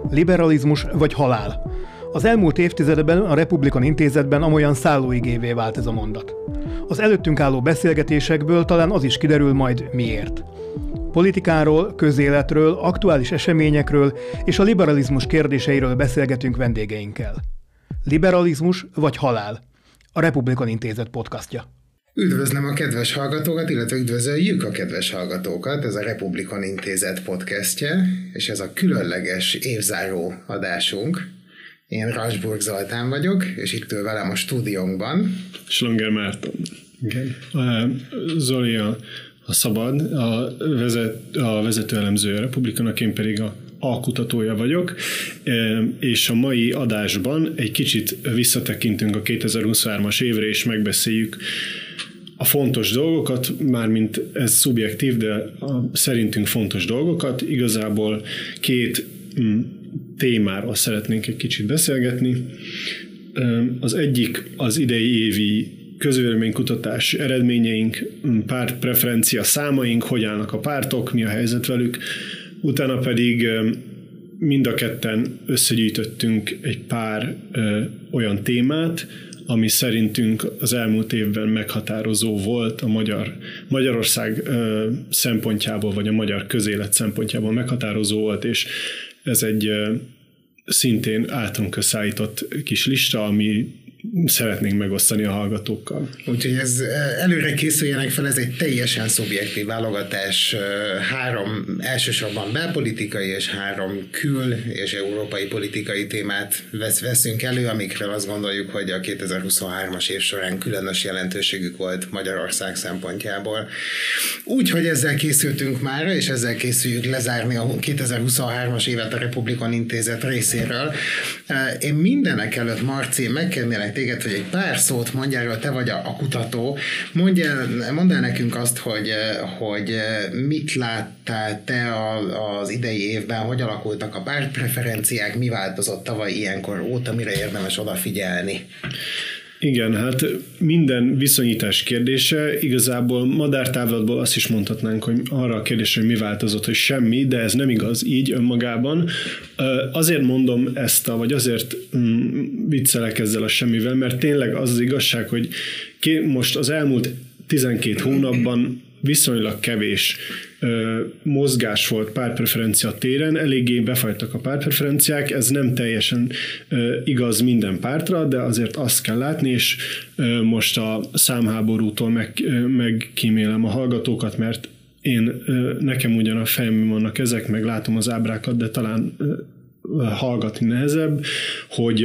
Liberalizmus vagy halál. Az elmúlt évtizedben a Republikon Intézetben amolyan szállóigévé vált ez a mondat. Az előttünk álló beszélgetésekből talán az is kiderül majd miért. Politikáról, közéletről, aktuális eseményekről és a liberalizmus kérdéseiről beszélgetünk vendégeinkkel. Liberalizmus vagy halál? A Republikon Intézet podcastja. Üdvözlöm a kedves hallgatókat, illetve üdvözöljük a kedves hallgatókat, ez a Republikon Intézet podcastje, és ez a különleges évzáró adásunk. Én Rasburg Zoltán vagyok, és itt ül velem a stúdiónkban Slanger Márton. Igen. Zoli a szabad, a vezetőelemző a Republikonnak, én pedig a alkutatója vagyok, és a mai adásban egy kicsit visszatekintünk a 2023-as évre, és megbeszéljük a fontos dolgokat, mármint ez szubjektív, de szerintünk fontos dolgokat. Igazából két témáról szeretnénk egy kicsit beszélgetni. Az egyik az idei évi közvéleménykutatás eredményeink, pártpreferencia számaink, hogy állnak a pártok, mi a helyzet velük. Utána pedig mind a ketten összegyűjtöttünk egy pár olyan témát, ami szerintünk az elmúlt évben meghatározó volt a Magyarország szempontjából, vagy a magyar közélet szempontjából meghatározó volt, és ez egy szintén általunk összeállított kis lista, ami szeretnénk megosztani a hallgatókkal. Úgyhogy ez előre készüljenek fel, ez egy teljesen szubjektív válogatás. 3 elsősorban belpolitikai és 3 kül- és európai politikai témát veszünk elő, amikről azt gondoljuk, hogy a 2023-as év során különös jelentőségük volt Magyarország szempontjából. Úgyhogy ezzel készültünk már, és ezzel készüljük lezárni a 2023-as évet a Republikon Intézet részéről. Én mindenek előtt, Marci, megkérnélek téged, hogy egy pár szót mondjál, te vagy a kutató. Mondd el nekünk azt, hogy mit láttál te az idei évben, hogy alakultak a pártpreferenciák, mi változott tavaly ilyenkor óta, mire érdemes odafigyelni? Igen, hát minden viszonyítás kérdése, igazából madártávlatból azt is mondhatnánk, hogy arra a kérdésre, hogy mi változott, hogy semmi, de ez nem igaz így önmagában. Azért mondom ezt, vagy azért viccelek ezzel a semmivel, mert tényleg az az igazság, hogy most az elmúlt 12 hónapban viszonylag kevés mozgás volt pártpreferencia téren, eléggé befagytak a pártpreferenciák, ez nem teljesen igaz minden pártra, de azért azt kell látni, és most a számháborútól megkímélem a hallgatókat, mert nekem ugyan a fejemben vannak ezek, meg látom az ábrákat, de talán hallgatni nehezebb, hogy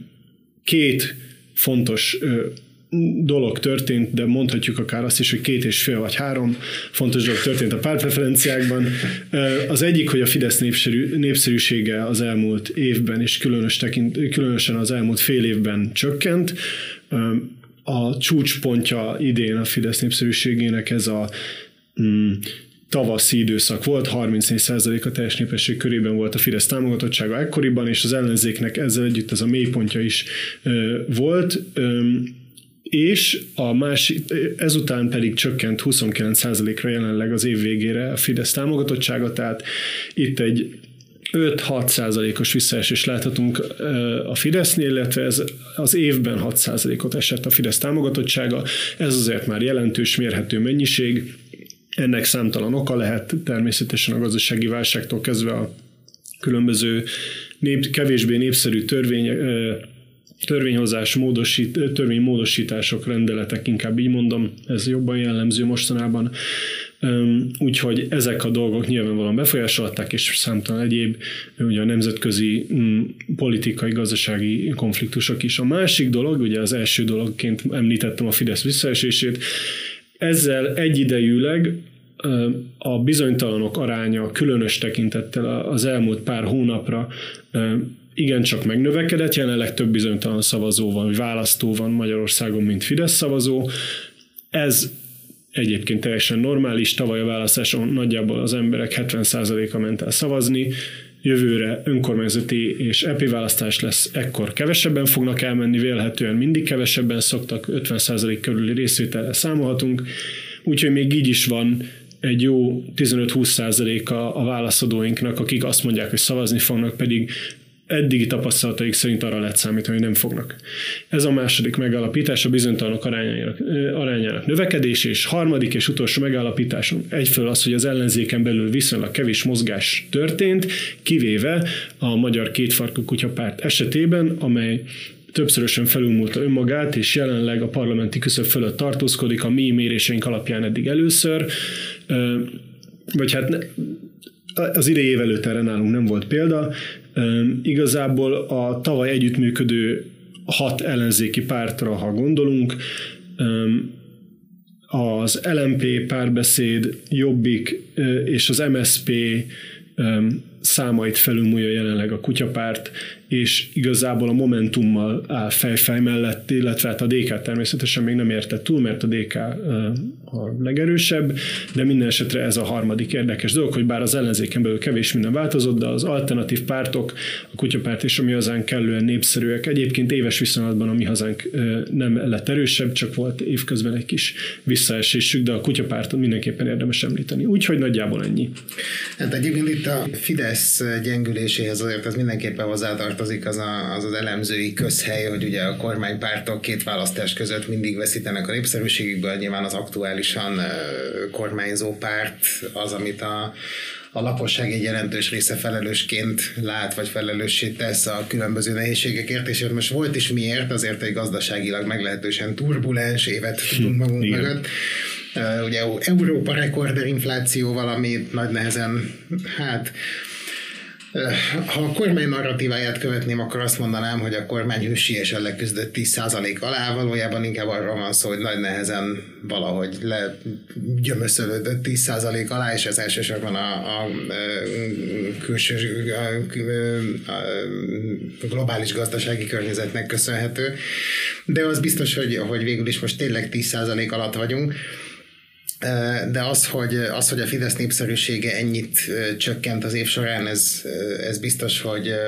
2 fontos dolog történt, de mondhatjuk akár azt is, hogy 2,5 vagy 3 fontos dolog történt a pártpreferenciákban. Az egyik, hogy a Fidesz népszerűsége az elmúlt évben, és különösen az elmúlt fél évben csökkent. A csúcspontja idén a Fidesz népszerűségének ez a tavaszi időszak volt, 34% a teljes népesség körében volt a Fidesz támogatottsága ekkoriban, és az ellenzéknek ezzel együtt ez a mélypontja is volt. És ezután pedig csökkent 29%-ra jelenleg az év végére a Fidesz támogatottsága, tehát itt egy 5-6%-os visszaesést láthatunk a Fidesznél, illetve ez az évben 6%-ot esett a Fidesz támogatottsága, ez azért már jelentős, mérhető mennyiség, ennek számtalan oka lehet, természetesen a gazdasági válságtól kezdve a különböző kevésbé népszerű törvényhozás, törvénymódosítások, rendeletek, inkább így mondom, ez jobban jellemző mostanában. Úgyhogy ezek a dolgok nyilvánvalóan befolyásolták, és számtalan egyéb, ugye a nemzetközi politikai, gazdasági konfliktusok is. A másik dolog, ugye az első dologként említettem a Fidesz visszaesését, ezzel egyidejűleg a bizonytalanok aránya különös tekintettel az elmúlt pár hónapra igencsak megnövekedett, jelenleg több bizonytalan szavazó van, vagy választó van Magyarországon, mint Fidesz szavazó. Ez egyébként teljesen normális, tavaly a választáson nagyjából az emberek 70%-a ment el szavazni, jövőre önkormányzati és EP választás lesz, ekkor kevesebben fognak elmenni, vélhetően mindig kevesebben szoktak, 50% körüli részvétellel számolhatunk, úgyhogy még így is van egy jó 15-20% a válaszadóinknak, akik azt mondják, hogy szavazni fognak, pedig eddigi tapasztalataik szerint arra lehet számítani, hogy nem fognak. Ez a második megállapítás, a bizonytalanok arányának növekedés, és harmadik és utolsó megállapításom egyfelől az, hogy az ellenzéken belül viszonylag kevés mozgás történt, kivéve a Magyar Kétfarkú Kutyapárt esetében, amely többszörösen felülmúlta önmagát, és jelenleg a parlamenti küszöb fölött tartózkodik, a mi méréseink alapján eddig először, vagy hát az idei év előtt erre nálunk nem volt példa. Igazából a tavaly együttműködő 6 ellenzéki pártra, ha gondolunk, az LMP, Párbeszéd, Jobbik és az MSZP számait felülmúlja jelenleg a Kutyapárt, és igazából a Momentummal áll fejfej mellett, illetve hát a DK természetesen még nem érte túl, mert a DK a legerősebb, de minden esetre ez a harmadik érdekes dolog, hogy bár az ellenzéken belül kevés minden változott, de az alternatív pártok, a Kutyapárt és a Mi Hazánk kellően népszerűek. Egyébként éves viszonylatban a Mi Hazánk nem lett erősebb, csak volt évközben egy kis visszaesésük, de a Kutyapártot mindenképpen érdemes említeni. Úgyhogy nagyjából ennyi. Hát egyébként itt a Fidesz gyengüléséhez azért ez mindenképpen hozzátartozik az elemzői közhely, hogy ugye a kormánypártok 2 választás között mindig veszítenek a népszerűségükből, nyilván az aktuálisan kormányzó párt az, amit a lakosság egy jelentős része felelősként lát, vagy felelőssé tesz a különböző nehézségekért, és most volt is miért, azért egy gazdaságilag meglehetősen turbulens évet tudunk magunk mögött. Ugye Európa rekorder inflációval, ami nagy nehezen, ha a kormány narratíváját követném, akkor azt mondanám, hogy a kormány hősiesen leküzdött 10% alá, valójában inkább arról van szó, hogy nagy nehezen valahogy legyömöszölődött 10% alá, és ez elsősorban a külső a globális gazdasági környezetnek köszönhető. De az biztos, hogy végül is most tényleg 10% alatt vagyunk. De az, hogy a Fidesz népszerűsége ennyit csökkent az év során, ez biztos,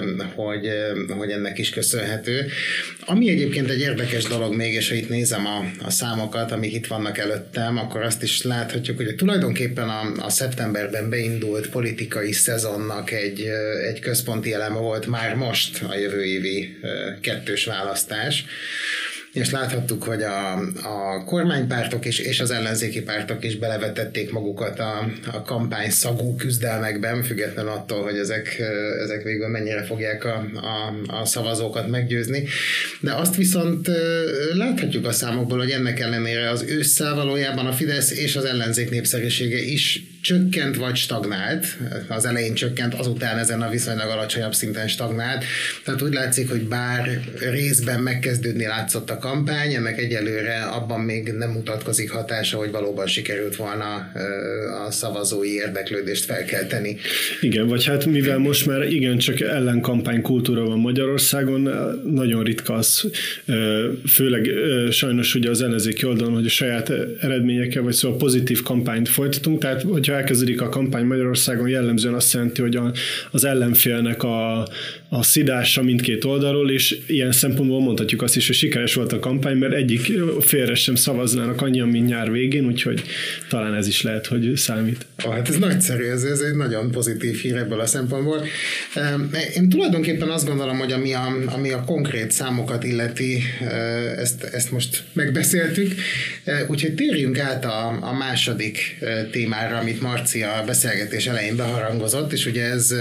hogy ennek is köszönhető. Ami egyébként egy érdekes dolog még, és ha itt nézem a számokat, amik itt vannak előttem, akkor azt is láthatjuk, hogy tulajdonképpen a szeptemberben beindult politikai szezonnak egy központi eleme volt már most a jövő évi kettős választás. És láthattuk, hogy a kormánypártok és az ellenzéki pártok is belevetették magukat a kampány szagú küzdelmekben, függetlenül attól, hogy ezek végül mennyire fogják a szavazókat meggyőzni. De azt viszont láthatjuk a számokból, hogy ennek ellenére az ősszel valójában a Fidesz és az ellenzék népszerűsége is csökkent vagy stagnált. Az elején csökkent, azután ezen a viszonylag alacsonyabb szinten stagnált. Tehát úgy látszik, hogy bár részben megkezdődni látszott a kampány, ennek egyelőre abban még nem mutatkozik hatása, hogy valóban sikerült volna a szavazói érdeklődést felkelteni. Igen, vagy hát mivel most már igencsak ellenkampány kultúra van Magyarországon, nagyon ritka az, főleg sajnos ugye az ellenzéki oldalon, hogy a saját eredményekkel, vagy szóval pozitív kampányt folytatunk, tehát hogyha elkezdődik a kampány Magyarországon, jellemzően azt jelenti, hogy az ellenfélnek a szidása mindkét oldalról, és ilyen szempontból mondhatjuk azt is, hogy sikeres volt a kampány, mert egyik félre sem szavaznának annyian, mint nyár végén, úgyhogy talán ez is lehet, hogy számít. Hát ez nagyszerű, ez egy nagyon pozitív hír ebből a szempontból. Én tulajdonképpen azt gondolom, hogy ami a konkrét számokat illeti, ezt most megbeszéltük, úgyhogy térjünk át a második témára, amit Marci a beszélgetés elején beharangozott, és ugye ez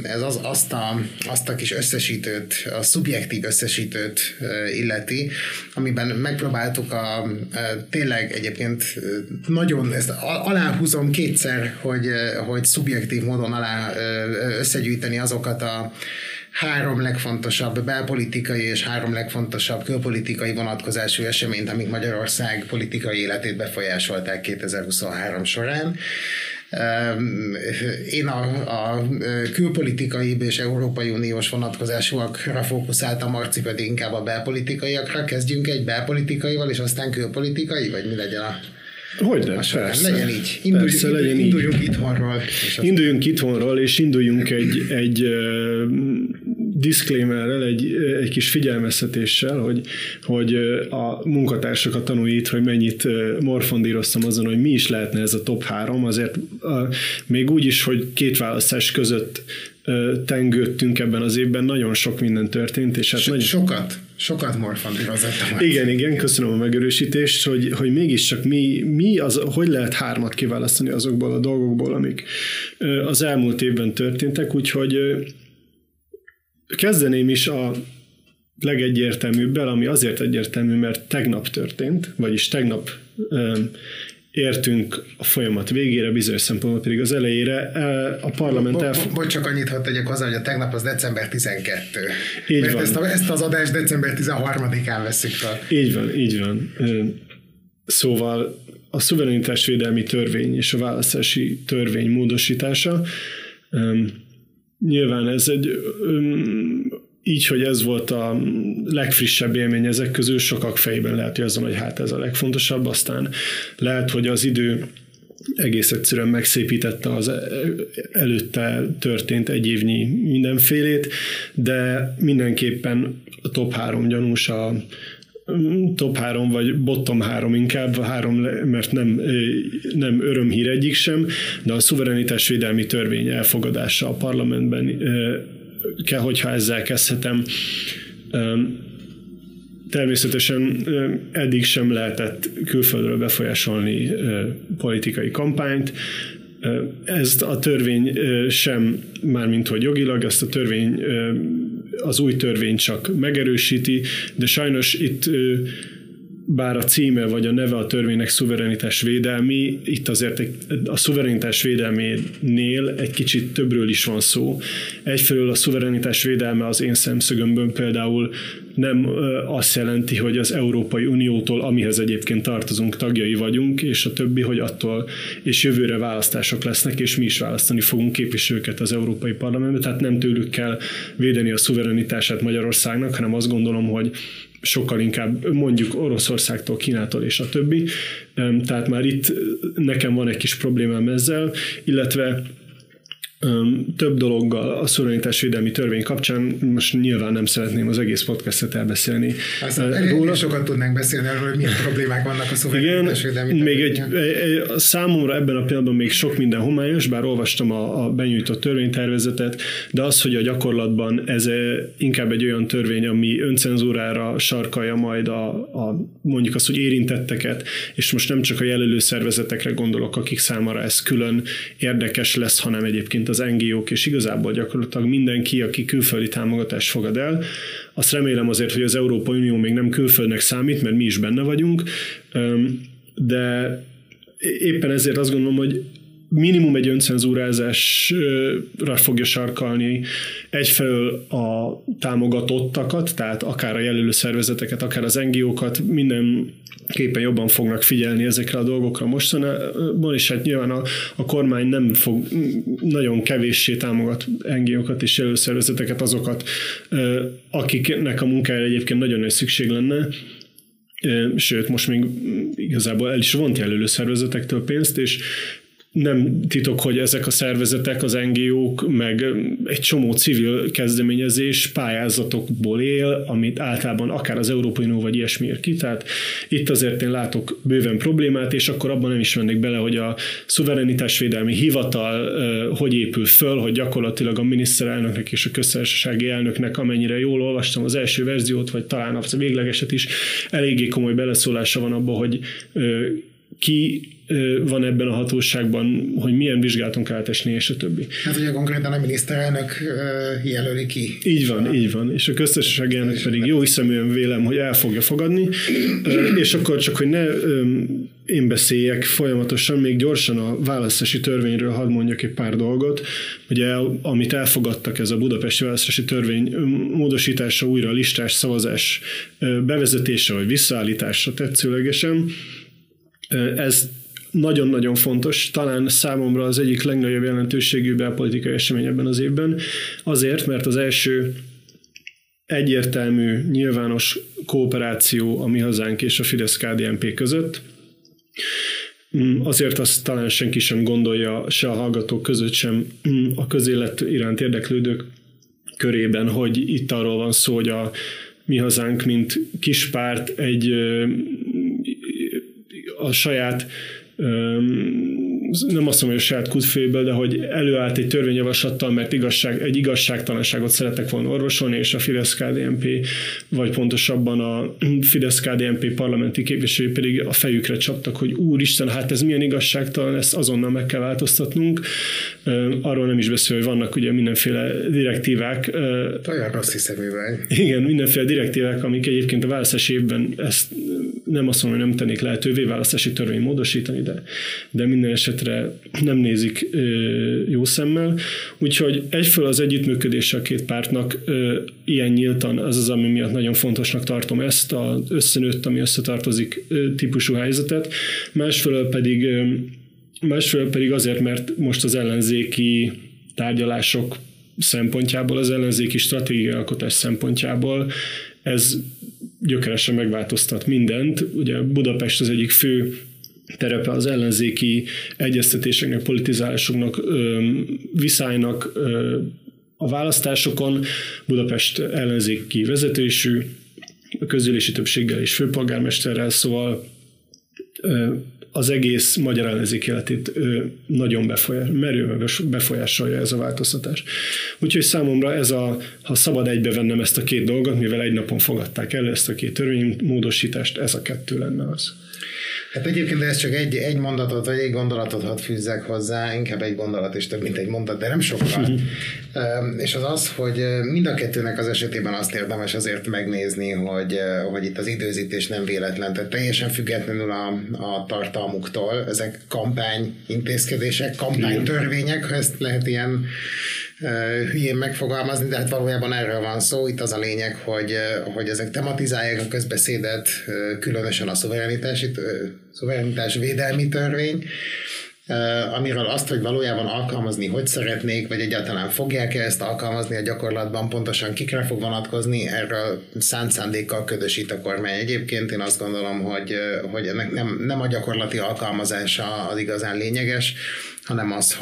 azt a kis összesítőt, a szubjektív összesítőt illeti, amiben megpróbáltuk tényleg egyébként nagyon, ezt aláhúzom kétszer, hogy szubjektív módon alá összegyűjteni azokat a 3 legfontosabb belpolitikai és 3 legfontosabb külpolitikai vonatkozású eseményt, amik Magyarország politikai életét befolyásolták 2023 során. Én a külpolitikai és Európai Uniós vonatkozásúakra fókuszáltam, Marci pedig inkább a belpolitikaiakra. Kezdjünk egy belpolitikaival, és aztán külpolitikai, vagy mi legyen a... Hogyne, persze. Legyen így. Induljunk itthonról. Induljunk itthonról, és induljunk egy disclaimerrel, egy kis figyelmeztetéssel, hogy a munkatársakat tanulít, hogy mennyit morfondíroztam azon, hogy mi is lehetne ez a top 3, azért még úgy is, hogy 2 választás között tengődtünk ebben az évben, nagyon sok minden történt, és hát sokat morfondírozottam. Igen, köszönöm a megerősítést, hogy mégiscsak mi az, hogy lehet 3-at kiválasztani azokból a dolgokból, amik az elmúlt évben történtek, úgyhogy kezdeném is a legegyértelműbbel, ami azért egyértelmű, mert tegnap történt, vagyis tegnap értünk a folyamat végére, bizonyos szempontból pedig az elejére. A parlament csak annyit hadd tegyek hozzá, hogy a tegnap az december 12. Így mert van. Ezt az adást december 13-án veszük fel. Így van. Szóval a szuverenitásvédelmi törvény és a választási törvény módosítása. Nyilván ez egy így, hogy ez volt a legfrissebb élmény ezek közül, sokak fejében lehet, hogy azon, hogy hát ez a legfontosabb, aztán lehet, hogy az idő egész egyszerűen megszépítette az előtte történt egy évnyi mindenfélét, de mindenképpen a top 3 gyanús, a top 3 vagy bottom 3 inkább, 3, mert nem örömhír egyik sem, de a szuverenitásvédelmi törvény elfogadása a parlamentben hogyha ezzel kezdhetem. Természetesen eddig sem lehetett külföldről befolyásolni politikai kampányt. Ezt a törvény sem, mármint hogy jogilag, ezt a törvény, az új törvény csak megerősíti, de sajnos itt bár a címe vagy a neve a törvénynek szuverenitás védelmi, itt azért a szuverenitás védelménél egy kicsit többről is van szó. Egyfelől a szuverenitás védelme az én szemszögömből például nem azt jelenti, hogy az Európai Uniótól, amihez egyébként tartozunk, tagjai vagyunk, és a többi, hogy attól, és jövőre választások lesznek, és mi is választani fogunk képviselőket az Európai Parlamentbe, tehát nem tőlük kell védeni a szuverenitását Magyarországnak, hanem azt gondolom, hogy sokkal inkább mondjuk Oroszországtól, Kínától és a többi. Tehát már itt nekem van egy kis problémám ezzel, illetve több dologgal a szuverenitásvédelmi törvény kapcsán, most nyilván nem szeretném az egész podcastet elbeszélni. Róla sokat tudnánk beszélni arról, hogy milyen problémák vannak a szuverenitásvédelmi törvényen. Még számomra ebben a pillanatban még sok minden homályos, bár olvastam a benyújtott törvénytervezetet, de az, hogy a gyakorlatban ez inkább egy olyan törvény, ami öncenzúrára sarkalja majd mondjuk azt, hogy érintetteket, és most nem csak a jelölő szervezetekre gondolok, akik számára ez külön érdekes lesz, hanem egyébként az NGO-k, és igazából gyakorlatilag mindenki, aki külföldi támogatást fogad el. Azt remélem azért, hogy az Európai Unió még nem külföldnek számít, mert mi is benne vagyunk, de éppen ezért azt gondolom, hogy minimum egy öncenzúrázásra fogja sarkalni egyfelől a támogatottakat, tehát akár a jelölő szervezeteket, akár az NGO-kat, mindenképpen jobban fognak figyelni ezekre a dolgokra mostanában, és hát nyilván a kormány nem fog nagyon kevéssé támogat NGO-kat és jelölő szervezeteket, azokat, akiknek a munkájára egyébként nagyon nagy szükség lenne, sőt, most még igazából el is vont jelölő szervezetektől pénzt, és nem titok, hogy ezek a szervezetek, az NGO-k, meg egy csomó civil kezdeményezés pályázatokból él, amit általában akár az Európai Unió vagy ilyesmi ér ki. Tehát itt azért én látok bőven problémát, és akkor abban nem is mennék bele, hogy a szuverenitásvédelmi hivatal hogy épül föl, hogy gyakorlatilag a miniszterelnöknek és a köztársasági elnöknek, amennyire jól olvastam az első verziót, vagy talán a véglegeset is, eléggé komoly beleszólása van abban, hogy ki van ebben a hatóságban, hogy milyen vizsgálaton kell átesni, és a többi. Hát ugye konkrétan a miniszterelnök jelöli ki. Így van. És a köztársasági elnök pedig jó hiszeműen vélem, hogy el fogja fogadni, és akkor csak, hogy ne én beszéljek folyamatosan, még gyorsan a választási törvényről hadd mondjak egy pár dolgot. Ugye, amit elfogadtak, ez a budapesti választási törvény módosítása, újra a listás szavazás bevezetése, vagy visszaállítása tetszőlegesen. Ez nagyon-nagyon fontos, talán számomra az egyik legnagyobb jelentőségű belpolitikai esemény ebben az évben, azért, mert az első egyértelmű, nyilvános kooperáció a mi hazánk és a Fidesz-KDNP között. Azért azt talán senki sem gondolja, se a hallgatók között sem, a közélet iránt érdeklődők körében, hogy itt arról van szó, hogy a Mi Hazánk, mint kispárt a saját nem azt mondom, hogy a saját kútfőjéből, de hogy előállt egy törvényjavaslattal, mert egy igazságtalanságot szerettek volna orvosolni, és a Fidesz-KDNP, vagy pontosabban a Fidesz-KDNP parlamenti képviselői pedig a fejükre csaptak, hogy úristen, hát ez milyen igazságtalan, ezt azonnal meg kell változtatnunk. Arról nem is beszél, hogy vannak ugye mindenféle direktívák. Olyan rossz hiszeművel. Igen, mindenféle direktívák, amik egyébként a választási évben ezt nem azt mondom, hogy nem tennék lehetővé választási törvény módosítani, de minden esetre nem nézik jó szemmel. Úgyhogy egyfelől az együttműködése a két pártnak ilyen nyíltan, az, ami miatt nagyon fontosnak tartom ezt az összenőtt, ami összetartozik típusú helyzetet. Másfelől pedig azért, mert most az ellenzéki tárgyalások szempontjából, az ellenzéki stratégiai alkotás szempontjából ez gyökeresen megváltoztat mindent. Ugye Budapest az egyik fő terepe az ellenzéki egyeztetéseknek, politizálásoknak, viszálynak a választásokon. Budapest ellenzéki vezetésű, a közgyűlési többséggel és főpolgármesterrel, szóval az egész magyar ellenzék életét nagyon merően befolyásolja ez a változtatás. Úgyhogy számomra ha szabad egybevennem ezt a két dolgot, mivel egy napon fogadták el ezt a két törvénymódosítást, ez a kettő lenne az. Hát egyébként ez csak egy mondatot, vagy egy gondolatot hadd fűzzek hozzá, inkább egy gondolat és több, mint egy mondat, de nem sokkal. És az, hogy mind a kettőnek az esetében azt érdemes azért megnézni, hogy itt az időzítés nem véletlen, tehát teljesen függetlenül a tartalmuktól, ezek kampány intézkedések, kampánytörvények, ha ezt lehet ilyen hülyén megfogalmazni, de hát valójában erről van szó. Itt az a lényeg, hogy ezek tematizálják a közbeszédet, különösen a szuverenitás védelmi törvény, amiről azt, hogy valójában alkalmazni hogy szeretnék, vagy egyáltalán fogják-e ezt alkalmazni a gyakorlatban, pontosan kikre fog vonatkozni, erről szánt szándékkal ködösít a kormány. Egyébként én azt gondolom, hogy ennek nem a gyakorlati alkalmazása az igazán lényeges, hanem az,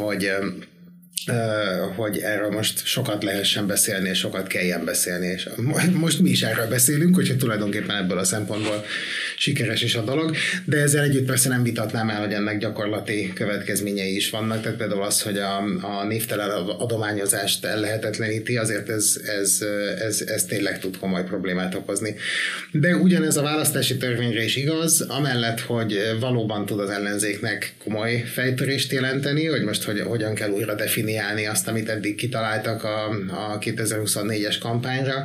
hogy erről most sokat lehessen beszélni, és sokat kelljen beszélni, és most mi is erről beszélünk, úgyhogy tulajdonképpen ebből a szempontból sikeres is a dolog, de ezzel együtt persze nem vitatnám el, hogy ennek gyakorlati következményei is vannak, tehát például az, hogy a névtelen adományozást ellehetetleníti, azért ez tényleg tud komoly problémát okozni. De ugyanez a választási törvényre is igaz, amellett, hogy valóban tud az ellenzéknek komoly fejtörést jelenteni, hogy most hogyan kell újra definiálni azt, amit eddig kitaláltak a 2024-es kampányra.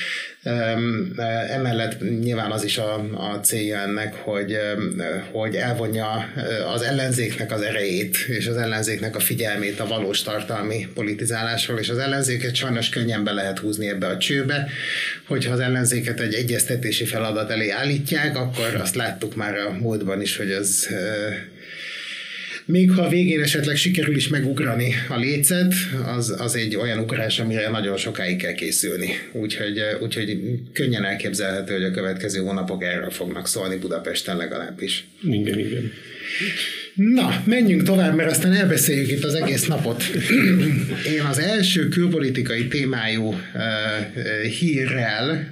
Emellett nyilván az is a célja ennek, hogy elvonja az ellenzéknek az erejét és az ellenzéknek a figyelmét a valós tartalmi politizálásról, és az ellenzéket sajnos könnyen be lehet húzni ebbe a csőbe, hogyha az ellenzéket egy egyeztetési feladat elé állítják, akkor azt láttuk már a múltban is, hogy az még ha a végén esetleg sikerül is megugrani a lécet, az egy olyan ugrás, amire nagyon sokáig kell készülni. Úgyhogy könnyen elképzelhető, hogy a következő hónapok erről fognak szólni Budapesten legalábbis. Igen. Na, menjünk tovább, mert aztán elbeszéljük itt az egész napot. Én az első külpolitikai témájú hírrel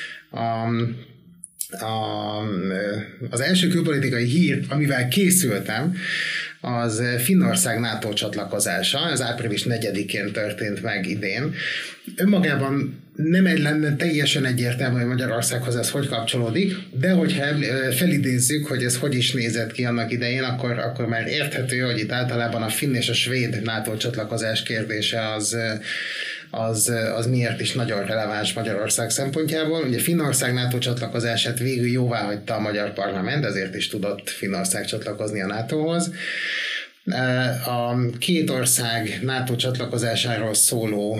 az első külpolitikai hír, amivel készültem, az Finnország NATO csatlakozása, ez április 4-én történt meg idén. Önmagában nem lenne teljesen egyértelmű, hogy Magyarországhoz ez hogy kapcsolódik, de hogyha felidézzük, hogy ez hogy is nézett ki annak idején, akkor már érthető, hogy itt általában a finn és a svéd NATO csatlakozás kérdése az miért is nagyon releváns Magyarország szempontjából. Ugye Finnország NATO csatlakozását végül jóváhagyta a magyar parlament, ezért is tudott Finnország csatlakozni a NATO-hoz. A két ország NATO csatlakozásáról szóló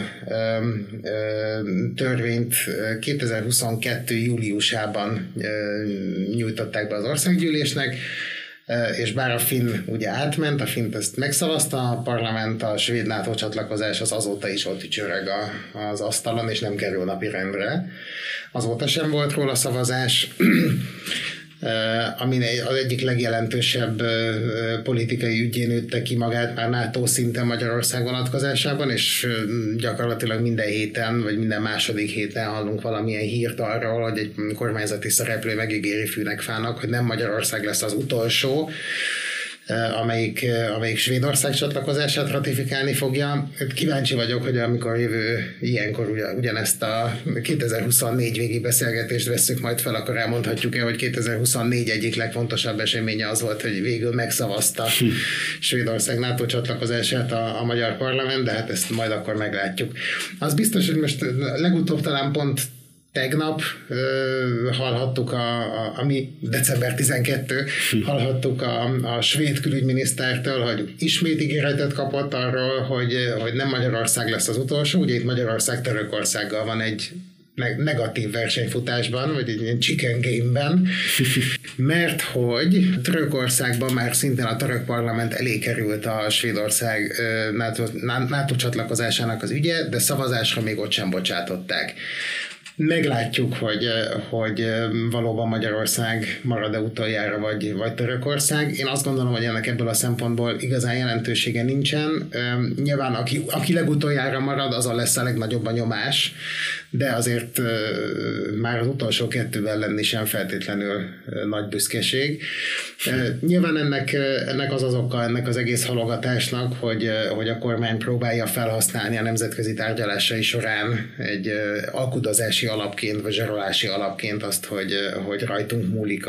törvényt 2022. júliusában nyújtották be az országgyűlésnek, és bár a finn ugye átment, a finn ezt megszavazta a parlament, a svéd NATO csatlakozás az azóta is ott csörög az asztalon, és nem kerül napirendre. Azóta sem volt róla szavazás. amin az egyik legjelentősebb politikai ügyén nőtte ki magát már NATO szinten Magyarország vonatkozásában, és gyakorlatilag minden héten, vagy minden második héten hallunk valamilyen hírt arról, hogy egy kormányzati szereplő megígéri fűnek fának, hogy nem Magyarország lesz az utolsó, amelyik Svédország csatlakozását ratifikálni fogja. Kíváncsi vagyok, hogy amikor ilyenkor ugyanezt a 2024 végi beszélgetést vesszük majd fel, akkor elmondhatjuk-e, hogy 2024 egyik legfontosabb eseménye az volt, hogy végül megszavazta Svédország NATO csatlakozását a magyar parlament, de hát ezt majd akkor meglátjuk. Az biztos, hogy most legutóbb talán pont tegnap hallhattuk, ami december 12, hallhattuk a svéd külügyminisztertől, hogy ismét ígéretet kapott arról, hogy nem Magyarország lesz az utolsó. Ugye itt Magyarország Törökországgal van egy negatív versenyfutásban, vagy egy ilyen chicken game-ben, mert hogy Törökországban már szintén a török parlament elé került a Svédország NATO csatlakozásának az ügye, de szavazásra még ott sem bocsátották. Meglátjuk, hogy valóban Magyarország marad-e utoljára, vagy Törökország. Én azt gondolom, hogy ennek ebből a szempontból igazán jelentősége nincsen. Nyilván aki legutoljára marad, azon lesz a legnagyobb a nyomás, de azért már az utolsó kettővel lenni sem feltétlenül nagy büszkeség. Nyilván ennek az oka, ennek az egész halogatásnak, hogy a kormány próbálja felhasználni a nemzetközi tárgyalásai során egy alkudozási alapként, vagy zsarolási alapként azt, hogy rajtunk múlik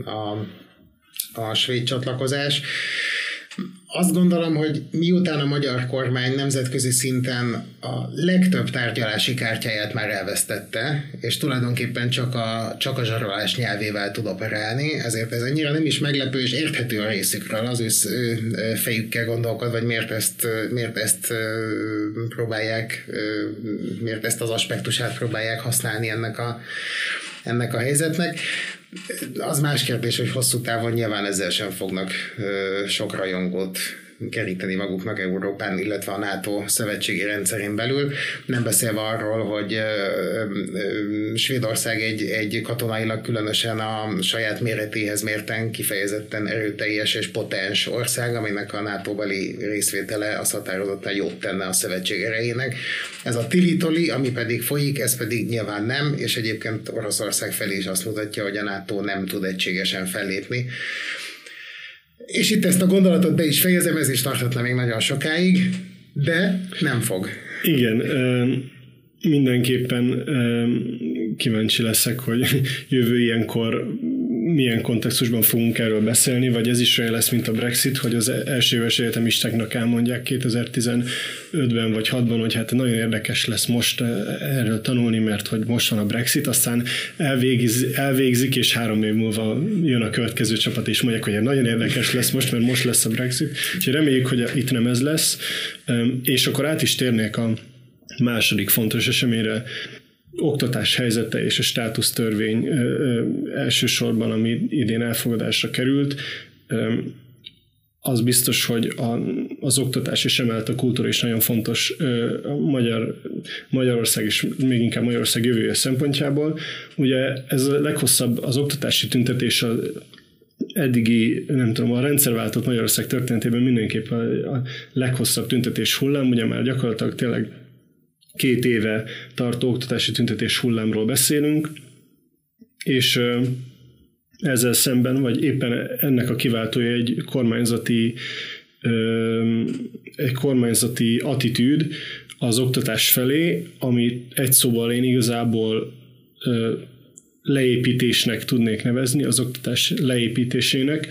a svéd csatlakozás. Azt gondolom, hogy miután a magyar kormány nemzetközi szinten a legtöbb tárgyalási kártyáját már elvesztette, és tulajdonképpen csak a zsarolás nyelvével tud operálni, ezért ez annyira nem is meglepő, és érthető a részükről, az ő fejükkel gondolkodva, vagy miért ezt próbálják, miért ezt az aspektusát próbálják használni ennek a helyzetnek. Az más kérdés, hogy hosszú távon nyilván ezzel sem fognak sok rajongót keríteni maguknak Európán, illetve a NATO szövetségi rendszerén belül. Nem beszélve arról, hogy Svédország egy katonailag különösen a saját méretéhez mérten kifejezetten erőteljes és potens ország, aminek a NATO-beli részvétele az határozottan jót tenne a szövetség erejének. Ez a tili-toli, ami pedig folyik, ez pedig nyilván nem, és egyébként Oroszország felé is azt mutatja, hogy a NATO nem tud egységesen fellépni. És itt ezt a gondolatot be is fejezem, ez is tarthatna még nagyon sokáig, de nem fog. Igen, mindenképpen kíváncsi leszek, hogy jövő ilyenkor milyen kontextusban fogunk erről beszélni, vagy ez is olyan lesz, mint a Brexit, hogy az első éves egyetemistáknak elmondják 2015-ben vagy 2006-ban, hogy hát nagyon érdekes lesz most erről tanulni, mert hogy most van a Brexit, aztán elvégzik, és 3 év múlva jön a következő csapat, és mondják, hogy nagyon érdekes lesz most, mert most lesz a Brexit. Úgyhogy reméljük, hogy itt nem ez lesz. És akkor át is térnék a második fontos eseményre, oktatás helyzete és a státusztörvény elsősorban, ami idén elfogadásra került. Az biztos, hogy az oktatás és emellett a kultúra is nagyon fontos Magyarország és még inkább Magyarország jövője szempontjából. Ugye ez a leghosszabb az oktatási tüntetés a eddigi, nem tudom, a rendszerváltott Magyarország történetében mindenképp a leghosszabb tüntetés hullám, ugye már gyakorlatilag tényleg 2 éve tartó oktatási tüntetés hullámról beszélünk, és ezzel szemben, vagy éppen ennek a kiváltója egy kormányzati attitűd az oktatás felé, ami egy szóval én igazából leépítésnek tudnék nevezni, az oktatás leépítésének.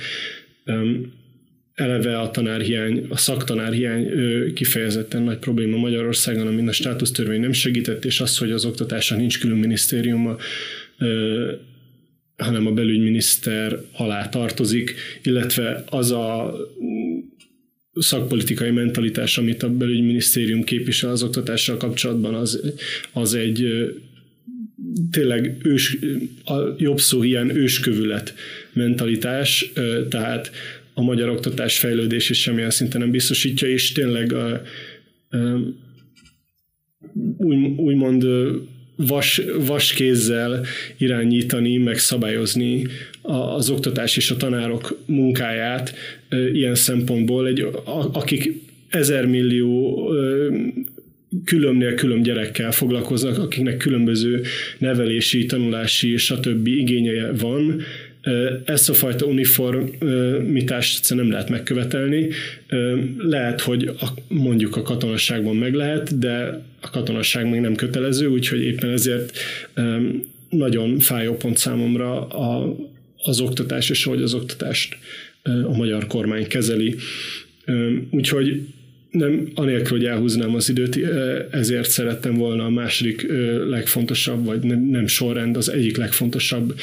Eleve a szaktanárhiány kifejezetten nagy probléma Magyarországon, amin a státusztörvény nem segített, és az, hogy az oktatásnak nincs külön minisztériuma, hanem a belügyminiszter alá tartozik, illetve az a szakpolitikai mentalitás, amit a belügyminisztérium képvisel az oktatással kapcsolatban, az egy tényleg a jobb szó hiány őskövület mentalitás, tehát a magyar oktatás fejlődését semmilyen szinten nem biztosítja, és tényleg úgymond vaskézzel irányítani, meg szabályozni az oktatás és a tanárok munkáját ilyen szempontból, akik 1000 millió különnél külön gyerekkel foglalkoznak, akiknek különböző nevelési, tanulási és stb. Igénye van. Ezt a fajta uniformitást nem lehet megkövetelni. Lehet, hogy mondjuk a katonasságban meg lehet, de a katonasság még nem kötelező, úgyhogy éppen ezért nagyon fájó pont számomra az oktatás, és ahogy az oktatást a magyar kormány kezeli. Úgyhogy nem, anélkül, hogy elhúznám az időt, ezért szerettem volna a második legfontosabb, vagy nem sorrend, az egyik legfontosabb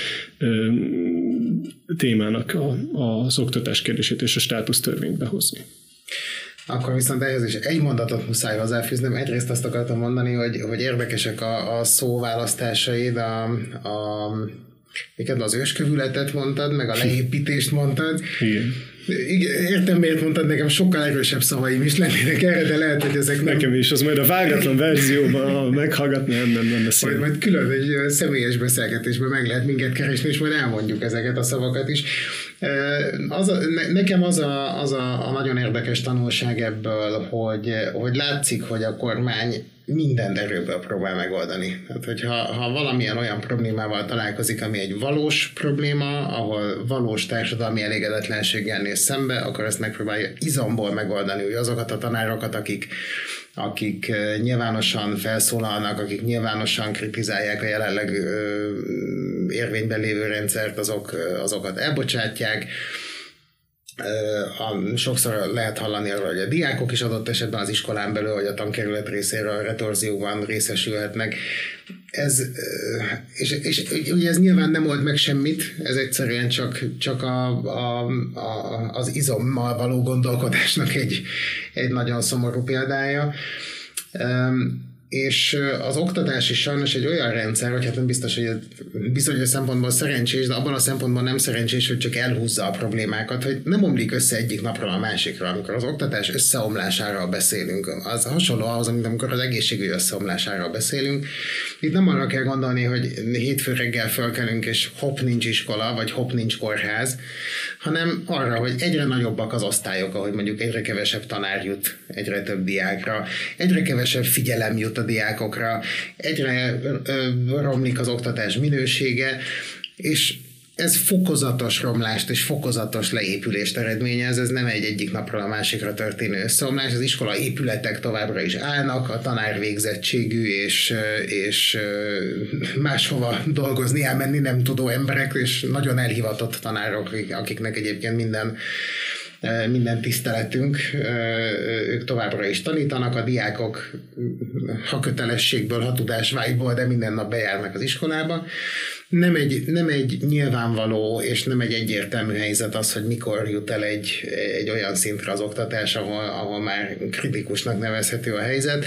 témának az oktatás kérdését és a státusztörvényt behozni. Akkor viszont ehhez is egy mondatot muszáj hozzáfűznöm. Egyrészt azt akartam mondani, hogy érdekesek a szóválasztásaid, az őskövületet mondtad, meg a leépítést mondtad. Igen. Értem, miért mondtad, nekem sokkal erősebb szavaim is lennének erre, de lehet, hogy ezek nem... Nekem is, az majd a vágatlan verzióban, ha meghallgatni, nem beszél. Majd külön egy személyes beszélgetésben meg lehet minket keresni, és majd elmondjuk ezeket a szavakat is. Nekem az a nagyon érdekes tanulság ebből, hogy látszik, hogy a kormány minden erőből próbál megoldani. Tehát, hogyha valamilyen olyan problémával találkozik, ami egy valós probléma, ahol valós társadalmi elégedetlenséggel néz szembe, akkor ezt megpróbálja izomból megoldani, hogy azokat a tanárokat, akik nyilvánosan felszólalnak, akik nyilvánosan kritizálják a jelenleg érvényben lévő rendszert, azokat elbocsátják. Sokszor lehet hallani arról, hogy a diákok is adott esetben az iskolán belül, vagy a tankerület részéről a retorzióban részesülhetnek. És ugye ez nyilván nem old meg semmit, ez egyszerűen csak az izommal való gondolkodásnak egy nagyon szomorú példája. És az oktatás is sajnos egy olyan rendszer, hogy hát nem biztos, hogy bizonyos szempontból szerencsés, de abban a szempontból nem szerencsés, hogy csak elhúzza a problémákat, hogy nem omlik össze egyik napról a másikra. Amikor az oktatás összeomlásáról beszélünk, az hasonló ahhoz, mint amikor az egészségügy összeomlásáról beszélünk. Itt nem arra kell gondolni, hogy hétfő reggel fölkelünk, és hopp nincs iskola, vagy hopp nincs kórház, hanem arra, hogy egyre nagyobbak az osztályok, ahogy mondjuk egyre kevesebb tanár jut egyre több diákra, egyre kevesebb figyelem jut a diákokra, egyre romlik az oktatás minősége, és ez fokozatos romlást és fokozatos leépülést eredményez, ez nem egy egyik napról a másikra történő összeomlás, az iskola épületek továbbra is állnak, a tanárvégzettségű és máshova dolgozni, elmenni nem tudó emberek, és nagyon elhivatott tanárok, akiknek egyébként minden tiszteletünk, ők továbbra is tanítanak, a diákok ha kötelességből, ha tudásvágyból, de minden nap bejárnak az iskolába. Nem egy nyilvánvaló és nem egy egyértelmű helyzet az, hogy mikor jut el egy olyan szintre az oktatás, ahol már kritikusnak nevezhető a helyzet.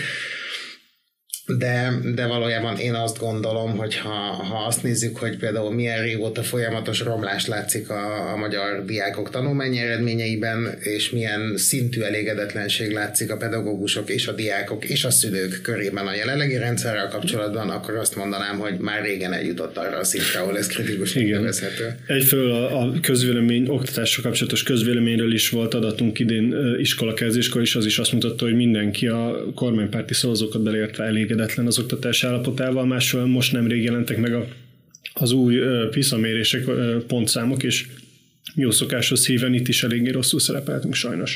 De valójában én azt gondolom, hogy ha azt nézzük, hogy például milyen régóta folyamatos romlás látszik a magyar diákok tanulmányi eredményeiben, és milyen szintű elégedetlenség látszik a pedagógusok és a diákok és a szülők körében a jelenlegi rendszerrel kapcsolatban, akkor azt mondanám, hogy már régen eljutott arra a szintre, ahol ez kritikusnak nevezhető. Egyfelől a közvélemény, oktatással kapcsolatos közvéleményről is volt adatunk idén iskolakezdéskor, és az is azt mutatta, hogy mindenki a kormánypárti szavazókat beleértve elégedetlen az oktatás állapotával, máshol most nemrég jelentek meg az új PISA mérések, pontszámok, és jó szokásos híven itt is eléggé rosszul szerepeltünk sajnos.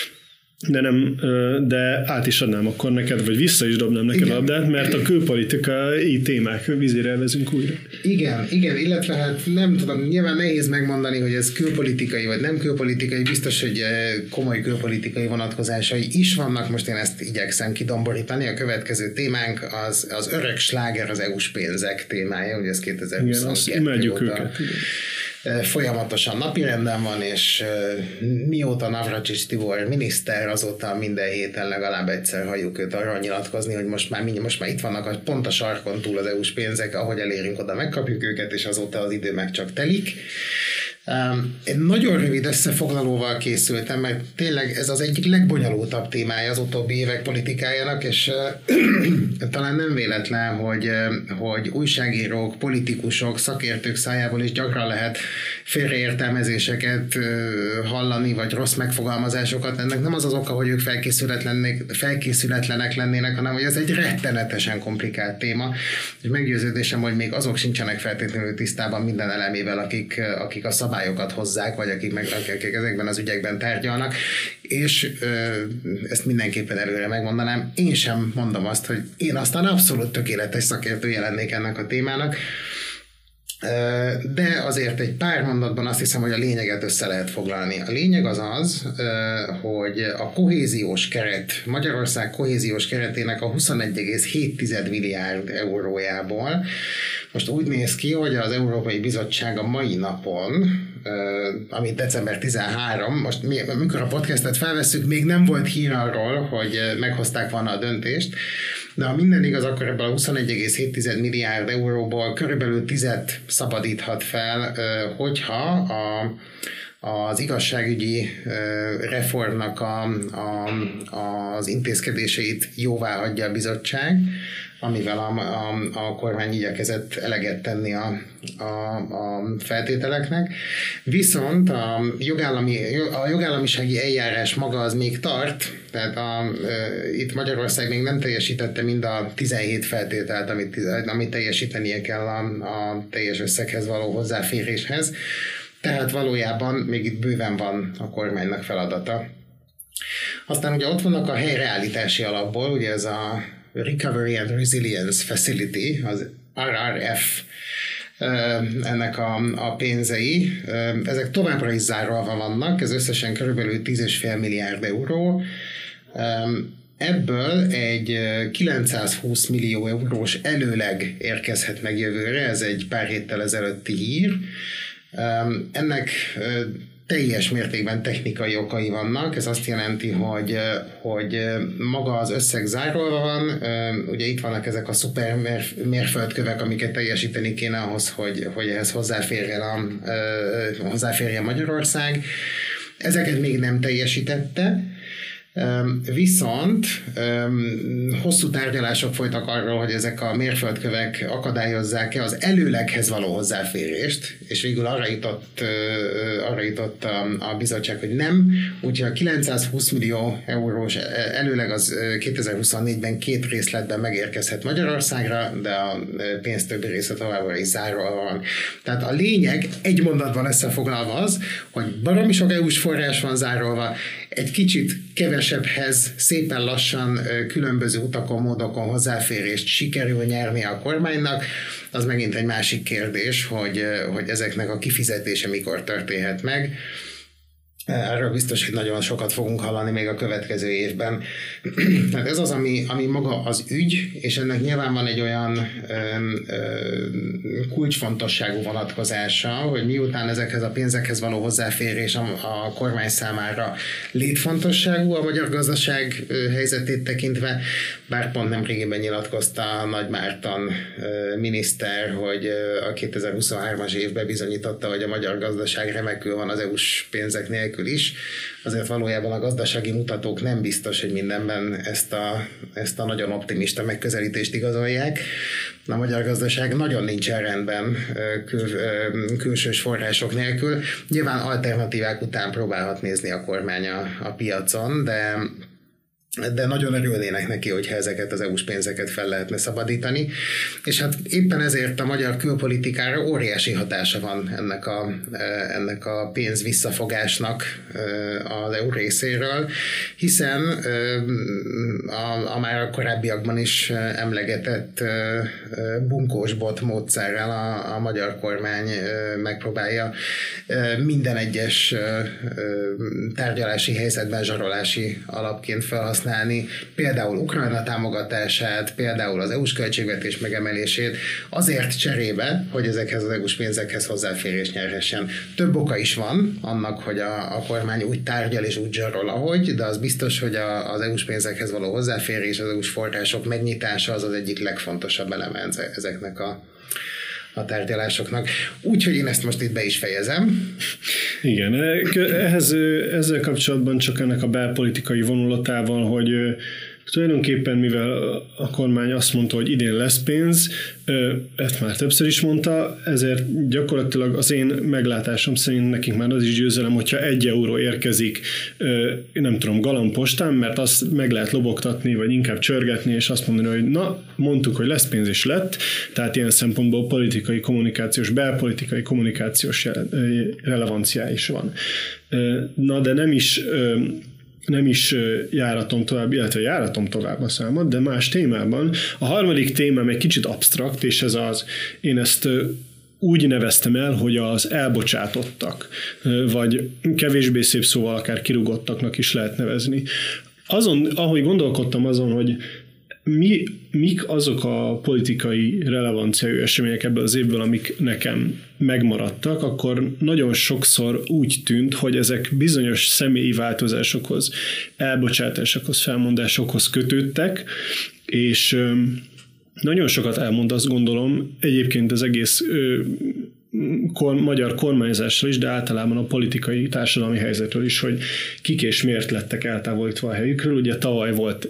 De át is adnám akkor neked, vagy vissza is dobnám neked a labdát, mert a külpolitikai témák vizére elvezünk újra. Igen, illetve hát nem tudom, nyilván nehéz megmondani, hogy ez külpolitikai vagy nem külpolitikai, biztos, hogy komoly külpolitikai vonatkozásai is vannak, most én ezt igyekszem kidomborítani. A következő témánk az öreg sláger, az EU-s pénzek témája, ugye ez 2022 óta folyamatosan napirenden van, és mióta Navracsics Tibor miniszter, azóta minden héten legalább egyszer halljuk őt arra nyilatkozni, hogy most már itt vannak pont a sarkon túl az EU-s pénzek, ahogy elérünk oda, megkapjuk őket, és azóta az idő meg csak telik. Egy nagyon rövid összefoglalóval készültem, mert tényleg ez az egyik legbonyolultabb témája az utóbbi évek politikájának, és talán nem véletlen, hogy újságírók, politikusok, szakértők szájából is gyakran lehet félreértelmezéseket hallani, vagy rossz megfogalmazásokat. Ennek nem az az oka, hogy ők felkészületlenek lennének, hanem hogy ez egy rettenetesen komplikált téma, és meggyőződésem, hogy még azok sincsenek feltétlenül tisztában minden elemével, akik a szabályokat hozzák, vagy akik ezekben az ügyekben tárgyalnak, és ezt mindenképpen előre megmondanám. Én sem mondom azt, hogy én aztán abszolút tökéletes szakértője lennék ennek a témának, de azért egy pár mondatban azt hiszem, hogy a lényeget össze lehet foglalni. A lényeg az, hogy a kohéziós keret, Magyarország kohéziós keretének a 21,7 milliárd eurójából most úgy néz ki, hogy az Európai Bizottság a mai napon, ami december 13, most amikor a podcastet felvesszük, még nem volt hír arról, hogy meghozták volna a döntést, de ha minden igaz, akkor ebből a 21,7 milliárd euróból körülbelül 10 szabadíthat fel, hogyha az igazságügyi reformnak az intézkedéseit jóvá hagyja a bizottság, amivel a kormány igyekezett eleget tenni a feltételeknek. Viszont a jogállamisági eljárás maga az még tart, tehát itt Magyarország még nem teljesítette mind a 17 feltételt, amit teljesítenie kell a teljes összeghez való hozzáféréshez. Tehát valójában még itt bőven van a kormánynak feladata. Aztán ugye ott vannak a helyreállítási alapból, ugye ez a Recovery and Resilience Facility, az RRF, ennek a pénzei. Ezek továbbra is zárolva vannak, ez összesen körülbelül 10,5 milliárd euró. Ebből egy 920 millió eurós előleg érkezhet meg jövőre, ez egy pár héttel ezelőtti hír. Ennek teljes mértékben technikai okai vannak, ez azt jelenti, hogy maga az összeg zárolva van, ugye itt vannak ezek a szuper mérföldkövek, amiket teljesíteni kéne ahhoz, hogy ehhez hozzáférjen Magyarország. Ezeket még nem teljesítette, viszont hosszú tárgyalások folytak arról, hogy ezek a mérföldkövek akadályozzák-e az előleghez való hozzáférést, és végül arra jutott a bizottság, hogy nem, úgyhogy a 920 millió eurós előleg az 2024-ben 2 részletben megérkezhet Magyarországra, de a pénz többi része továbbra is zárva van. Tehát a lényeg egy mondatban összefoglalva az, hogy baromi sok EU-s forrás van zárolva, egy kicsit kevesebbhez szépen lassan különböző utakon, módokon hozzáférést sikerül nyerni a kormánynak, az megint egy másik kérdés, hogy ezeknek a kifizetése mikor történhet meg. Erről biztos, hogy nagyon sokat fogunk hallani még a következő évben. Tehát ez az, ami maga az ügy, és ennek nyilván van egy olyan kulcsfontosságú vonatkozása, hogy miután ezekhez a pénzekhez való hozzáférés a kormány számára létfontosságú a magyar gazdaság helyzetét tekintve, bár pont nemrégiben nyilatkozta Nagy Márton miniszter, hogy a 2023-as évben bizonyította, hogy a magyar gazdaság remekül van az EU-s pénzek nélkül is, azért valójában a gazdasági mutatók nem biztos, hogy mindenben ezt a nagyon optimista megközelítést igazolják. A magyar gazdaság nagyon nincsen rendben külsős források nélkül. Nyilván alternatívák után próbálhat nézni a kormány a piacon, de nagyon örülnének neki, hogyha ezeket az EU-s pénzeket fel lehetne szabadítani. És hát éppen ezért a magyar külpolitikára óriási hatása van ennek a pénz visszafogásnak az EU részéről, hiszen a már korábbiakban is emlegetett bunkós bot módszerrel a magyar kormány megpróbálja minden egyes tárgyalási helyzetben zsarolási alapként felhasználni, például Ukrajna támogatását, például az EU-s költségvetés megemelését, azért cserébe, hogy ezekhez az EU-s pénzekhez hozzáférés nyerhessen. Több oka is van annak, hogy a kormány úgy tárgyal és úgy zsarol, ahogy, de az biztos, hogy az EU-s pénzekhez való hozzáférés, az EU-s források megnyitása az egyik legfontosabb eleme ezeknek a tárgyalásoknak. Úgyhogy én ezt most itt be is fejezem. Igen, ezzel kapcsolatban csak ennek a belpolitikai vonulatával, hogy tulajdonképpen, mivel a kormány azt mondta, hogy idén lesz pénz, ezt már többször is mondta, ezért gyakorlatilag az én meglátásom szerint nekik már az is győzelem, hogyha 1 euró érkezik, nem tudom, galambpostán, mert azt meg lehet lobogtatni, vagy inkább csörgetni, és azt mondani, hogy na, mondtuk, hogy lesz pénz, és lett, tehát ilyen szempontból politikai kommunikációs, belpolitikai kommunikációs relevanciá is van. Na, de nem is járatom tovább, illetve járatom tovább a számot, de más témában. A harmadik témám egy kicsit absztrakt, és én ezt úgy neveztem el, hogy az elbocsátottak, vagy kevésbé szép szóval akár kirúgottaknak is lehet nevezni. Ahogy gondolkodtam azon, hogy mik azok a politikai relevanciájú események ebből az évből, amik nekem megmaradtak, akkor nagyon sokszor úgy tűnt, hogy ezek bizonyos személyi változásokhoz, elbocsátásokhoz, felmondásokhoz kötődtek, és nagyon sokat elmond, azt gondolom, egyébként az egész magyar kormányzásról is, de általában a politikai társadalmi helyzetről is, hogy kik és miért lettek eltávolítva a helyükről. Ugye tavaly volt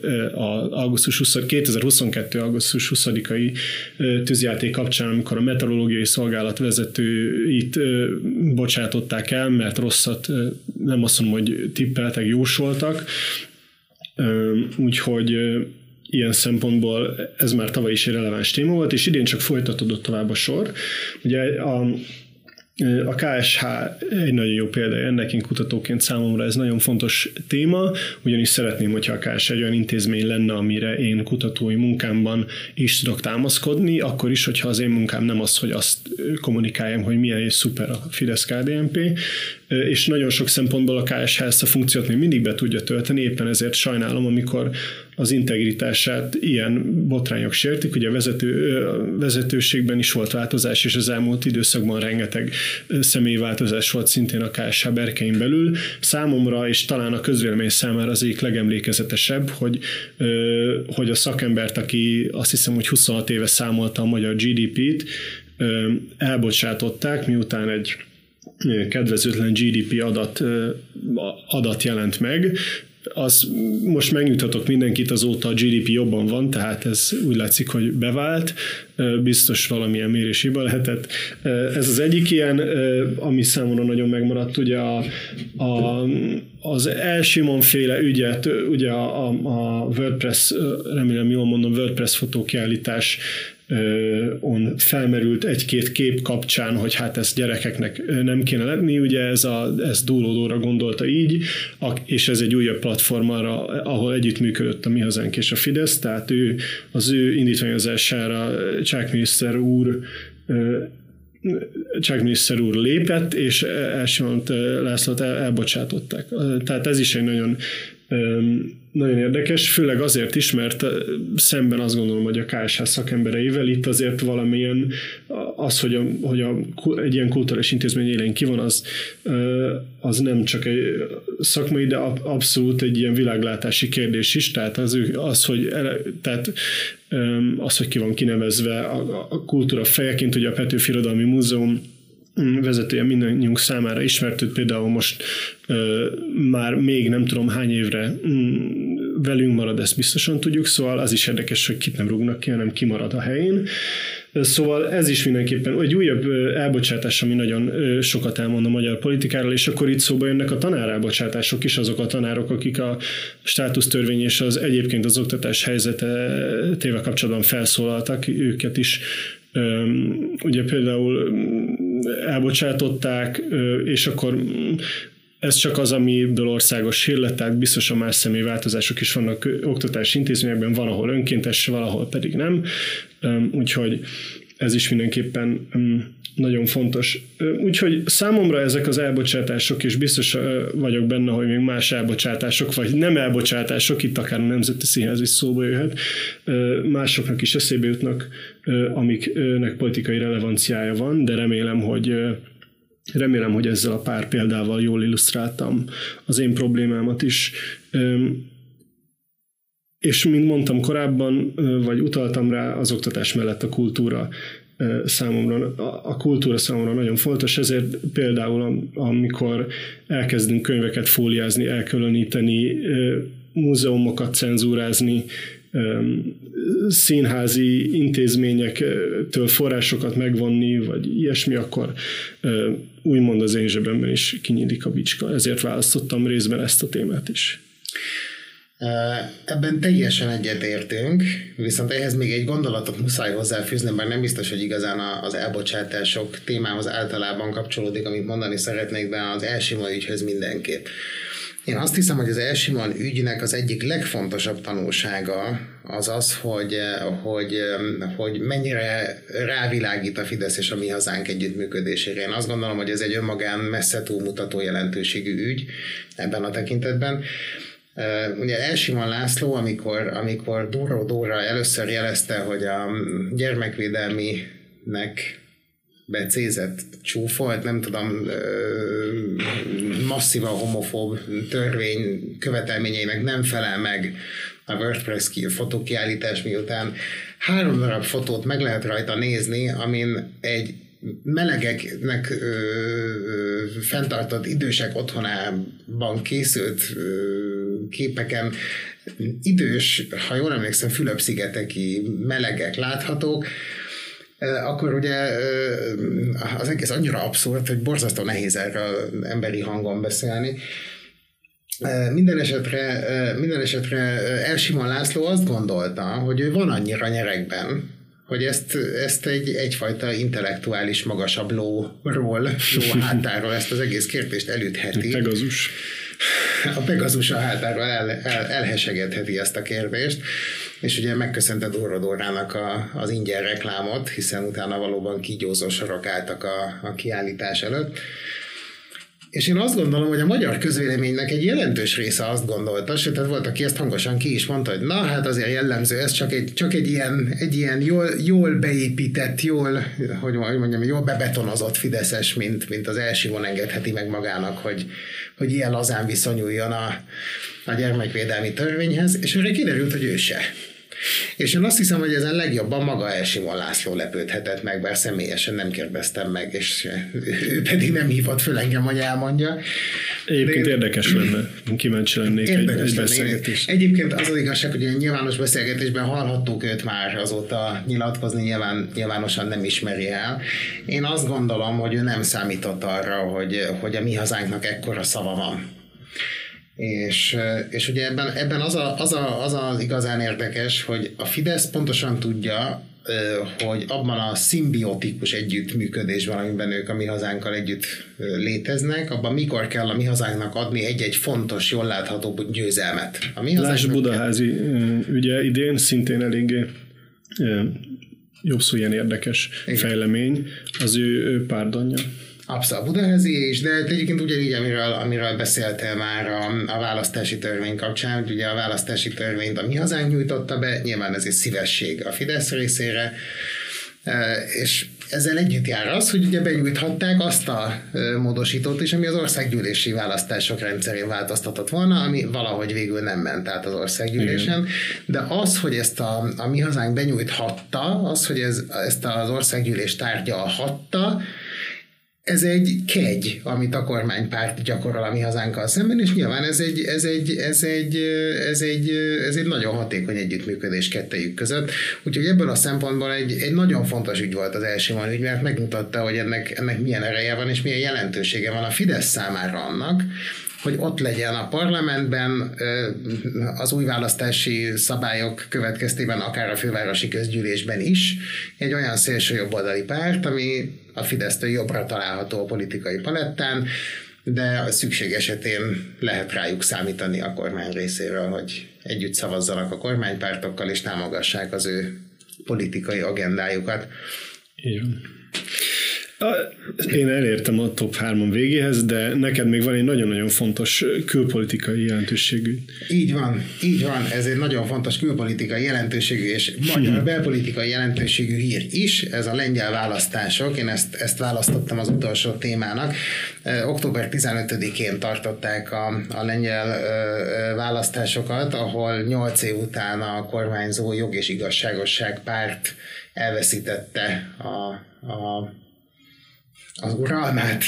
2022. augusztus 20-ai tűzjáték kapcsán, amikor a meteorológiai szolgálat vezetőit bocsátották el, mert rosszat, nem azt mondom, hogy tippeltek, jósoltak. Úgyhogy ilyen szempontból ez már tavaly is egy releváns téma volt, és idén csak folytatódott tovább a sor. Ugye a KSH egy nagyon jó példája ennek, én kutatóként számomra ez nagyon fontos téma, ugyanis szeretném, hogyha a KSH egy olyan intézmény lenne, amire én kutatói munkámban is tudok támaszkodni, akkor is, hogyha az én munkám nem az, hogy azt kommunikáljam, hogy milyen egy szuper a Fidesz-KDNP, és nagyon sok szempontból a KSH ezt a funkciót még mindig be tudja tölteni, éppen ezért sajnálom, amikor az integritását ilyen botrányok sértik. Ugye a vezetőségben is volt változás, és az elmúlt időszakban rengeteg személyváltozás volt szintén a KSH berkein belül. Számomra, és talán a közvélemény számára az egyik legemlékezetesebb, hogy a szakembert, aki azt hiszem, hogy 26 éve számolta a magyar GDP-t, elbocsátották, miután egy kedvezőtlen GDP adat jelent meg. Az most megnyugtatok mindenkit, azóta a GDP jobban van, tehát ez úgy látszik, hogy bevált, biztos valamilyen méréshiba lehetett. Ez az egyik ilyen, ami számomra nagyon megmaradt, ugye az Elsimon féle ügyet, ugye a WordPress, remélem jól mondom, WordPress fotókiállítás on felmerült egy-két kép kapcsán, hogy hát ezt gyerekeknek nem kéne lenni, ugye ez Dúlódóra gondolta így, és ez egy újabb platform arra, ahol együttműködött a Mi Hazánk és a Fidesz, tehát az ő indítványozására Csák miniszter úr lépett, és Elsimont Lászlót elbocsátották. Tehát ez is egy nagyon érdekes, főleg azért is, mert szemben azt gondolom, hogy a KSH szakembereivel itt azért valamilyen az, hogy egy ilyen kulturális intézmény élén ki van, az nem csak egy szakmai, de abszolút egy ilyen világlátási kérdés is, tehát az, hogy ki van kinevezve a kultúra fejeként, ugye a Petőfi Irodalmi Múzeum vezetője mindannyiunk számára ismert, például most már még nem tudom hány évre velünk marad, ezt biztosan tudjuk, szóval az is érdekes, hogy kit nem rúgnak ki, hanem kimarad a helyén. Szóval ez is mindenképpen egy újabb elbocsátás, ami nagyon sokat elmond a magyar politikáról, és akkor itt szóba jönnek a tanárelbocsátások is, azok a tanárok, akik a státusztörvény és az egyébként az oktatás helyzetével kapcsolatban felszólaltak, őket is ugye például elbocsátották, és akkor ez csak az, amiből országos hír lett, tehát biztosan más személyváltozások is vannak oktatási intézményekben, van, ahol önkéntes, valahol pedig nem, úgyhogy ez is mindenképpen nagyon fontos. Úgyhogy számomra ezek az elbocsátások, és biztos vagyok benne, hogy még más elbocsátások, vagy nem elbocsátások, itt akár a Nemzeti Színház is szóba jöhet, másoknak is eszébe jutnak, amiknek politikai relevanciája van, de remélem, hogy ezzel a pár példával jól illusztráltam az én problémámat is. És mint mondtam korábban, vagy utaltam rá, az oktatás mellett a kultúra számomra, a kultúra számomra nagyon fontos, ezért például amikor elkezdünk könyveket fóliázni, elkülöníteni, múzeumokat cenzúrázni, színházi intézményektől forrásokat megvonni, vagy ilyesmi, akkor úgymond az én zsebemben is kinyílik a bicska. Ezért választottam részben ezt a témát is. Ebben teljesen egyetértünk, viszont ehhez még egy gondolatot muszáj hozzáfűzni, mert nem biztos, hogy igazán az elbocsátások témához általában kapcsolódik, amit mondani szeretnék, de az Elsimon ügyhöz mindenképp. Én azt hiszem, hogy az Elsimon ügynek az egyik legfontosabb tanulsága az, hogy mennyire rávilágít a Fidesz és a Mi Hazánk együttműködésére. Én azt gondolom, hogy ez egy önmagán messze túlmutató jelentőségű ügy ebben a tekintetben. Ugye Elsimon László, amikor Duró Dóra először jelezte, hogy a gyermekvédelminek becézett, csúfolt, nem tudom, masszívan homofób törvény követelményeinek nem felel meg a WordPress fotókiállítás, miután 3 darab fotót meg lehet rajta nézni, amin egy melegeknek fenntartott idősek otthonában készült képeken idős, ha jól emlékszem, Fülöp-szigeteki melegek láthatók, akkor ugye az egész annyira abszurd, hogy borzasztó nehéz erről emberi hangon beszélni. Minden esetre Elsimon László azt gondolta, hogy ő van annyira nyeregben, hogy ezt egyfajta intellektuális magasabb ló hátáról ezt az egész kérdést elütheti. A Pegazus a hátáról elhesegetheti ezt a kérdést, és ugye megköszönte Duró Dórának az ingyen reklámot, hiszen utána valóban kígyózó sorok álltak a kiállítás előtt. És én azt gondolom, hogy a magyar közvéleménynek egy jelentős része azt gondolta, sőt, tehát volt, aki ezt hangosan ki is mondta, hogy na, hát azért jellemző, ez csak egy ilyen jól beépített, jól bebetonozott fideszes, mint az Elsimon engedheti meg magának, hogy ilyen lazán viszonyuljon a gyermekvédelmi törvényhez, és erre kiderült, hogy ő se. És én azt hiszem, hogy ezen legjobban maga Elsimon László lepődhetett meg, bár személyesen nem kérdeztem meg, és ő pedig nem hívott föl engem, hogy elmondja. Egyébként érdekes lenne, kíváncsi lennék egy beszélgetést. Egyébként az igazság, hogy a nyilvános beszélgetésben hallhattuk őt már azóta nyilatkozni, nyilvánosan nem ismeri el. Én azt gondolom, hogy ő nem számított arra, hogy a Mi Hazánknak ekkora szava van. És ugye ebben az igazán érdekes, hogy a Fidesz pontosan tudja, hogy abban a szimbiotikus együttműködésben, amiben ők a Mi Hazánkkal együtt léteznek, abban mikor kell a Mi Hazánknak adni egy fontos, jól látható győzelmet. Lásd Budaházi ügye idén szintén eléggé jobb szó ilyen érdekes fejlemény, az ő párdonja. Abszolút Budaházi is, de egyébként ugyanígy, amiről beszéltél már a választási törvény kapcsán, hogy ugye a választási törvényt a Mi Hazánk nyújtotta be, nyilván ez egy szívesség a Fidesz részére, és ezzel együtt jár az, hogy ugye benyújthatták azt a módosítót is, ami az országgyűlési választások rendszerén változtatott volna, ami valahogy végül nem ment át az országgyűlésen, de az, hogy ezt a Mi Hazánk benyújthatta, az, hogy ezt az országgyűlés tárgyalhatta, ez egy kegy, amit a kormánypárt gyakorol a Mi Hazánkkal szemben, és nyilván ez egy nagyon hatékony együttműködés kettejük között. Úgyhogy ebből a szempontból egy nagyon fontos ügy volt az Elsimon ügy, mert megmutatta, hogy ennek milyen ereje van, és milyen jelentősége van a Fidesz számára annak, hogy ott legyen a parlamentben az új választási szabályok következtében, akár a fővárosi közgyűlésben is, egy olyan szélső jobboldali párt, ami a Fidesztől jobbra található a politikai palettán, de szükség esetén lehet rájuk számítani a kormány részéről, hogy együtt szavazzanak a kormánypártokkal, és támogassák az ő politikai agendájukat. Igen. Én elértem a top 3 végéhez, de neked még van egy nagyon-nagyon fontos külpolitikai jelentőségű. Így van. Ez egy nagyon fontos külpolitikai jelentőségű és magyar belpolitikai jelentőségű hír is. Ez a lengyel választások. Én ezt választottam az utolsó témának. Október 15-én tartották a lengyel választásokat, ahol 8 év után a kormányzó Jog és Igazságosság párt elveszítette az uralmát.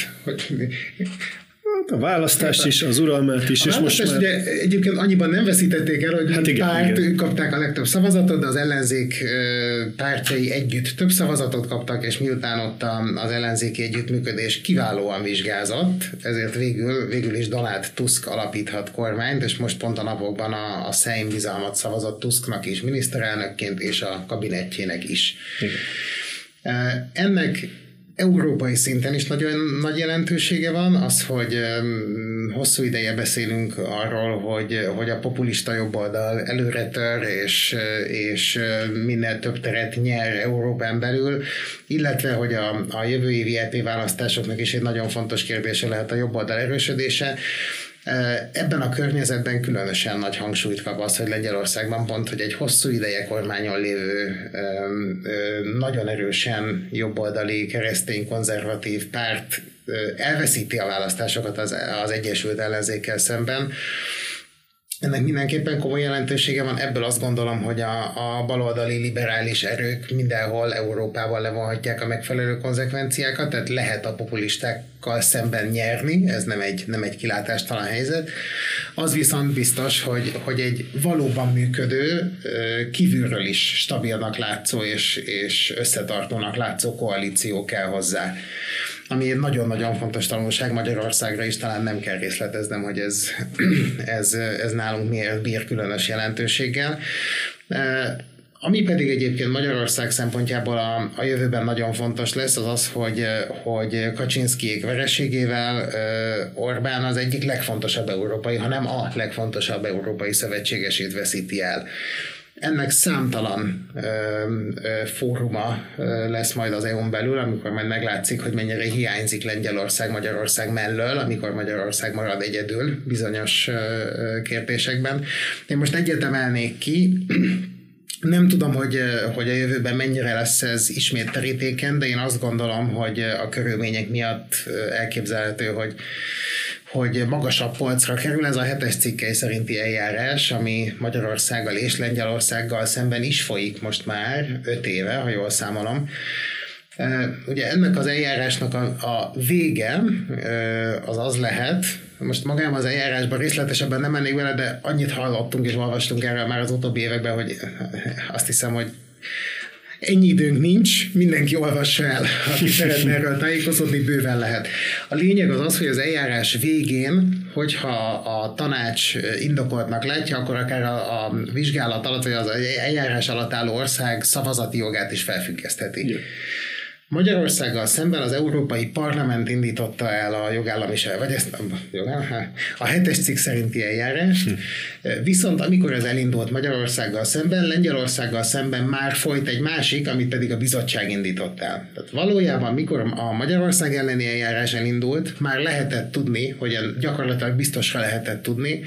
A választást is, az uralmát is. És most már... ugye egyébként annyiban nem veszítették el, hogy ők kapták a legtöbb szavazatot, de az ellenzék pártjai együtt több szavazatot kaptak, és miután ott az ellenzéki együttműködés kiválóan vizsgázott, ezért végül is Donald Tusk alapíthat kormányt, és most pont a napokban a Szejm bizalmat szavazott Tusknak is miniszterelnökként, és a kabinettjének is. Igen. Ennek európai szinten is nagyon nagy jelentősége van, az, hogy hosszú ideje beszélünk arról, hogy a populista jobboldal előretör, és minél több teret nyer Európán belül, illetve, hogy a jövő évi EP választásoknak is egy nagyon fontos kérdése lehet a jobboldal erősödése. Ebben a környezetben különösen nagy hangsúlyt kap az, hogy Lengyelországban pont, hogy egy hosszú ideje kormányon lévő, nagyon erősen jobboldali keresztény-konzervatív párt elveszíti a választásokat az Egyesült Ellenzékkel szemben. Ennek mindenképpen komoly jelentősége van, ebből azt gondolom, hogy a baloldali liberális erők mindenhol Európában levonhatják a megfelelő konzekvenciákat, tehát lehet a populistákkal szemben nyerni, ez nem egy kilátástalan helyzet. Az viszont biztos, hogy egy valóban működő, kívülről is stabilnak látszó és összetartónak látszó koalíció kell hozzá. Ami egy nagyon-nagyon fontos tanulság Magyarországra is, talán nem kell részleteznem, hogy ez nálunk miért bír különös jelentőséggel. Ami pedig egyébként Magyarország szempontjából a jövőben nagyon fontos lesz, az, hogy Kaczynszkijék vereségével Orbán az egyik legfontosabb európai, ha nem a legfontosabb európai szövetségesét veszíti el. Ennek számtalan fóruma lesz majd az EU-n belül, amikor majd meglátszik, hogy mennyire hiányzik Lengyelország Magyarország mellől, amikor Magyarország marad egyedül bizonyos kérdésekben. Én most egyet emelnék ki, nem tudom, hogy a jövőben mennyire lesz ez ismét terítéken, de én azt gondolom, hogy a körülmények miatt elképzelhető, hogy magasabb polcra kerül ez a 7-es cikkely szerinti eljárás, ami Magyarországgal és Lengyelországgal szemben is folyik most már 5 éve, ha jól számolom. Ugye ennek az eljárásnak a vége az lehet, most magában az eljárásban részletesebben nem mennék vele, de annyit hallottunk és olvastunk erről már az utóbbi években, hogy azt hiszem, hogy ennyi időnk nincs, mindenki olvassa el, aki szeretne erről tájékozódni, bőven lehet. A lényeg az, hogy az eljárás végén, hogyha a tanács indokoltnak látja, akkor akár a vizsgálat alatt, vagy az eljárás alatt álló ország szavazati jogát is felfüggesztheti. Yeah. Magyarországgal szemben az Európai Parlament indította el a jogállamiság, vagy ezt a 7-es cikk szerinti eljárást, viszont amikor ez elindult Magyarországgal szemben, Lengyelországgal szemben már folyt egy másik, amit pedig a bizottság indított el. Tehát valójában, mikor a Magyarország elleni eljárás elindult, már lehetett tudni, hogy gyakorlatilag biztosra lehetett tudni,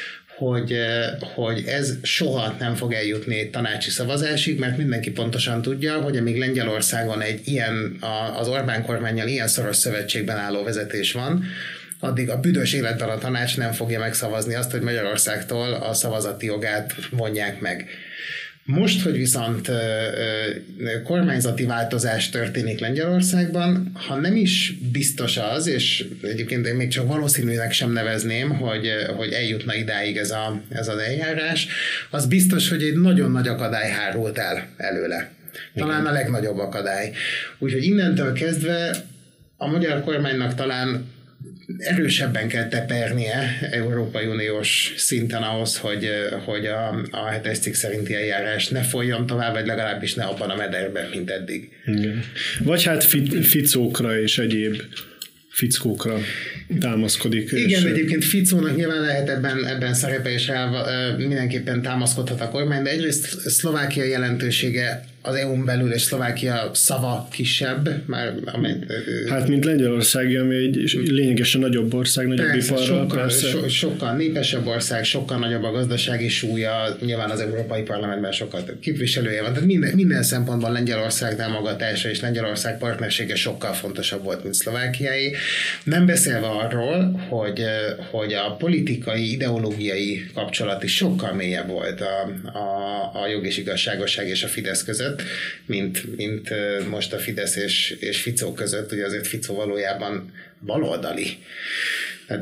hogy ez soha nem fog eljutni egy tanácsi szavazásig, mert mindenki pontosan tudja, hogy amíg Lengyelországon egy ilyen, az Orbán kormánnyal ilyen szoros szövetségben álló vezetés van, addig a büdös életben a tanács nem fogja megszavazni azt, hogy Magyarországtól a szavazati jogát vonják meg. Most, hogy viszont kormányzati változás történik Lengyelországban, ha nem is biztos az, és egyébként én még csak valószínűnek sem nevezném, hogy eljutna idáig ez az eljárás, az biztos, hogy egy nagyon nagy akadály hárult el előle. Talán igen. A legnagyobb akadály. Úgyhogy innentől kezdve a magyar kormánynak talán erősebben kell tepernie Európai Uniós szinten ahhoz, hogy a 7-es cikk szerinti eljárás ne folyjon tovább, vagy legalábbis ne abban a mederben, mint eddig. Igen. Vagy hát Ficókra és egyéb fickókra támaszkodik. Igen, egyébként Ficónak nyilván lehet ebben szerepe, és mindenképpen támaszkodhat a kormány, de egyrészt Szlovákia jelentősége az EU-n belül és Szlovákia szava kisebb. Hát, mint Lengyelország, ami egy lényegesen nagyobb ország, nagyobb iparral. Sokkal népesebb ország, sokkal nagyobb a gazdasági súlya, nyilván az Európai Parlamentben sokkal több képviselője van. Tehát minden szempontban Lengyelország támogatása és Lengyelország partnersége sokkal fontosabb volt, mint Szlovákiai. Nem beszélve arról, hogy a politikai, ideológiai kapcsolat is sokkal mélyebb volt a jog és igazságosság és a Fidesz között, mint most a Fidesz és Ficó között. Ugye azért Ficó valójában baloldali. Tehát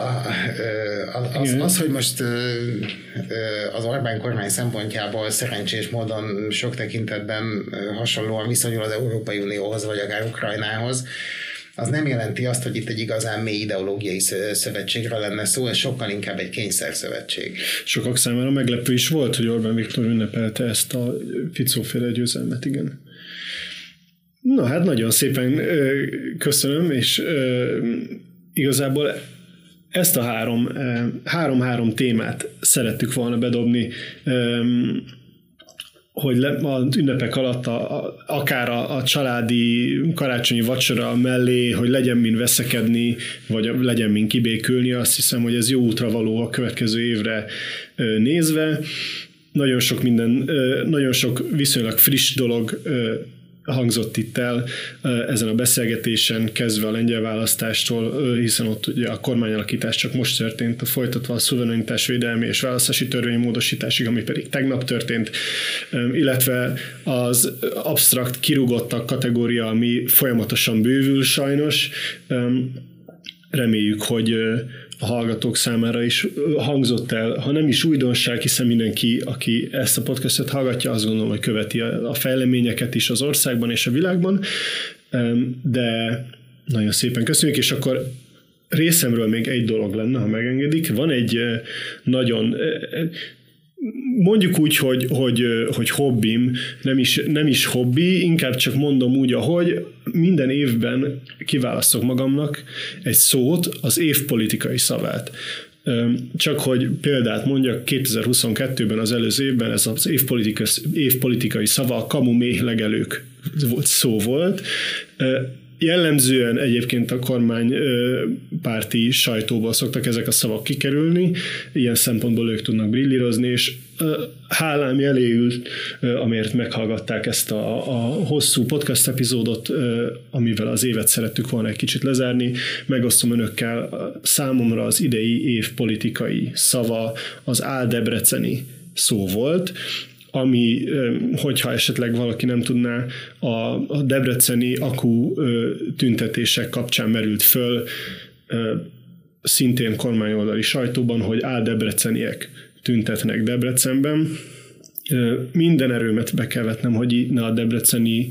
az, hogy most az Orbán kormány szempontjából szerencsés módon sok tekintetben hasonlóan viszonyul az Európai Unióhoz, vagy akár Ukrajnához, az nem jelenti azt, hogy itt egy igazán mély ideológiai szövetségről lenne szó, ez sokkal inkább egy kényszerszövetség. Sokak számára meglepő is volt, hogy Orbán Viktor ünnepelte ezt a Ficó-féle győzelmet, igen. Na hát nagyon szépen köszönöm, és igazából ezt a három témát szerettük volna bedobni, hogy az ünnepek alatt akár a családi karácsonyi vacsora mellé, hogy legyen min veszekedni, vagy legyen min kibékülni, azt hiszem, hogy ez jó útra való a következő évre nézve. Nagyon sok viszonylag friss dolog hangzott itt el ezen a beszélgetésen, kezdve a lengyel választástól, hiszen ott ugye a kormányalakítás csak most történt, folytatva a szuverenitásvédelmi és választási törvénymódosításig, ami pedig tegnap történt, illetve az absztrakt kirúgottak kategória, ami folyamatosan bővül sajnos. Reméljük, hogy a hallgatók számára is hangzott el, ha nem is újdonság, hiszen mindenki, aki ezt a podcastot hallgatja, azt gondolom, hogy követi a fejleményeket is az országban és a világban, de nagyon szépen köszönjük, és akkor részemről még egy dolog lenne, ha megengedik. Van egy nagyon, mondjuk úgy, hogy hobbim, nem is hobbi, inkább csak mondom úgy, ahogy minden évben kiválasztok magamnak egy szót, az év politikai szavát. Csak hogy példát mondjak, 2022-ben, az előző évben ez az évpolitikai szava a kamu méhlegelők szó volt. Jellemzően egyébként a kormánypárti sajtóból szoktak ezek a szavak kikerülni, ilyen szempontból ők tudnak brillírozni, és hálám eléült, amért meghallgatták ezt a hosszú podcast epizódot, amivel az évet szerettük volna egy kicsit lezárni. Megosztom önökkel számomra az idei év politikai szava az áldebreceni szó volt, ami, hogyha esetleg valaki nem tudná, a debreceni akú tüntetések kapcsán merült föl, szintén kormányoldali sajtóban, hogy áldebreceniek tüntetnek Debrecenben. Minden erőmet be kell vetnem, hogy ne a debreceni,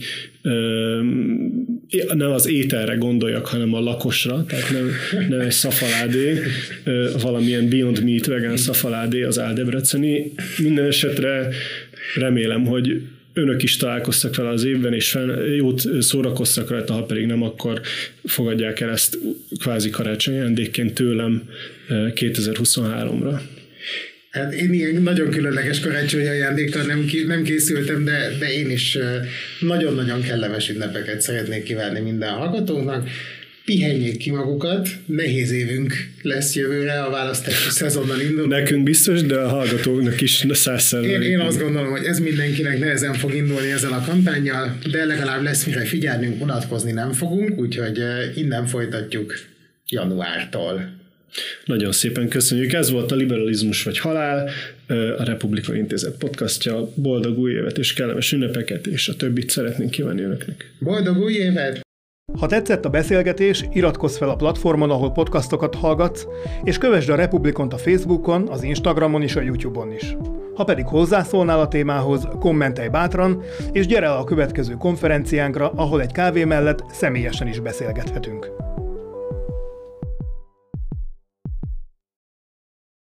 nem az ételre gondoljak, hanem a lakosra, tehát nem egy szafaládé, valamilyen Beyond Meat vegán szafaládé az áldebreceni. Minden esetre remélem, hogy önök is találkoztak vele az évben, és jót szórakoztak rajta, ha pedig nem, akkor fogadják el ezt kvázi karácsonyi ajándékként tőlem 2023-ra. Hát én ilyen nagyon különleges karácsonyi ajándékkal nem készültem, de én is nagyon-nagyon kellemes ünnepeket szeretnék kívánni minden hallgatónknak. Pihenjék ki magukat, nehéz évünk lesz jövőre, a választási szezonban indul. Nekünk biztos, de a hallgatóknak is 100%. Én azt gondolom, hogy ez mindenkinek nehezen fog indulni ezzel a kampánnyal, de legalább lesz mire figyelnünk, unatkozni nem fogunk, úgyhogy innen folytatjuk januártól. Nagyon szépen köszönjük. Ez volt a Liberalizmus vagy halál, a Republika Intézet podcastja. Boldog új évet és kellemes ünnepeket, és a többit szeretnénk kívánni önöknek. Boldog új évet! Ha tetszett a beszélgetés, iratkozz fel a platformon, ahol podcastokat hallgatsz, és kövesd a Republikont a Facebookon, az Instagramon és a YouTube-on is. Ha pedig hozzászólnál a témához, kommentelj bátran, és gyere el a következő konferenciánkra, ahol egy kávé mellett személyesen is beszélgethetünk.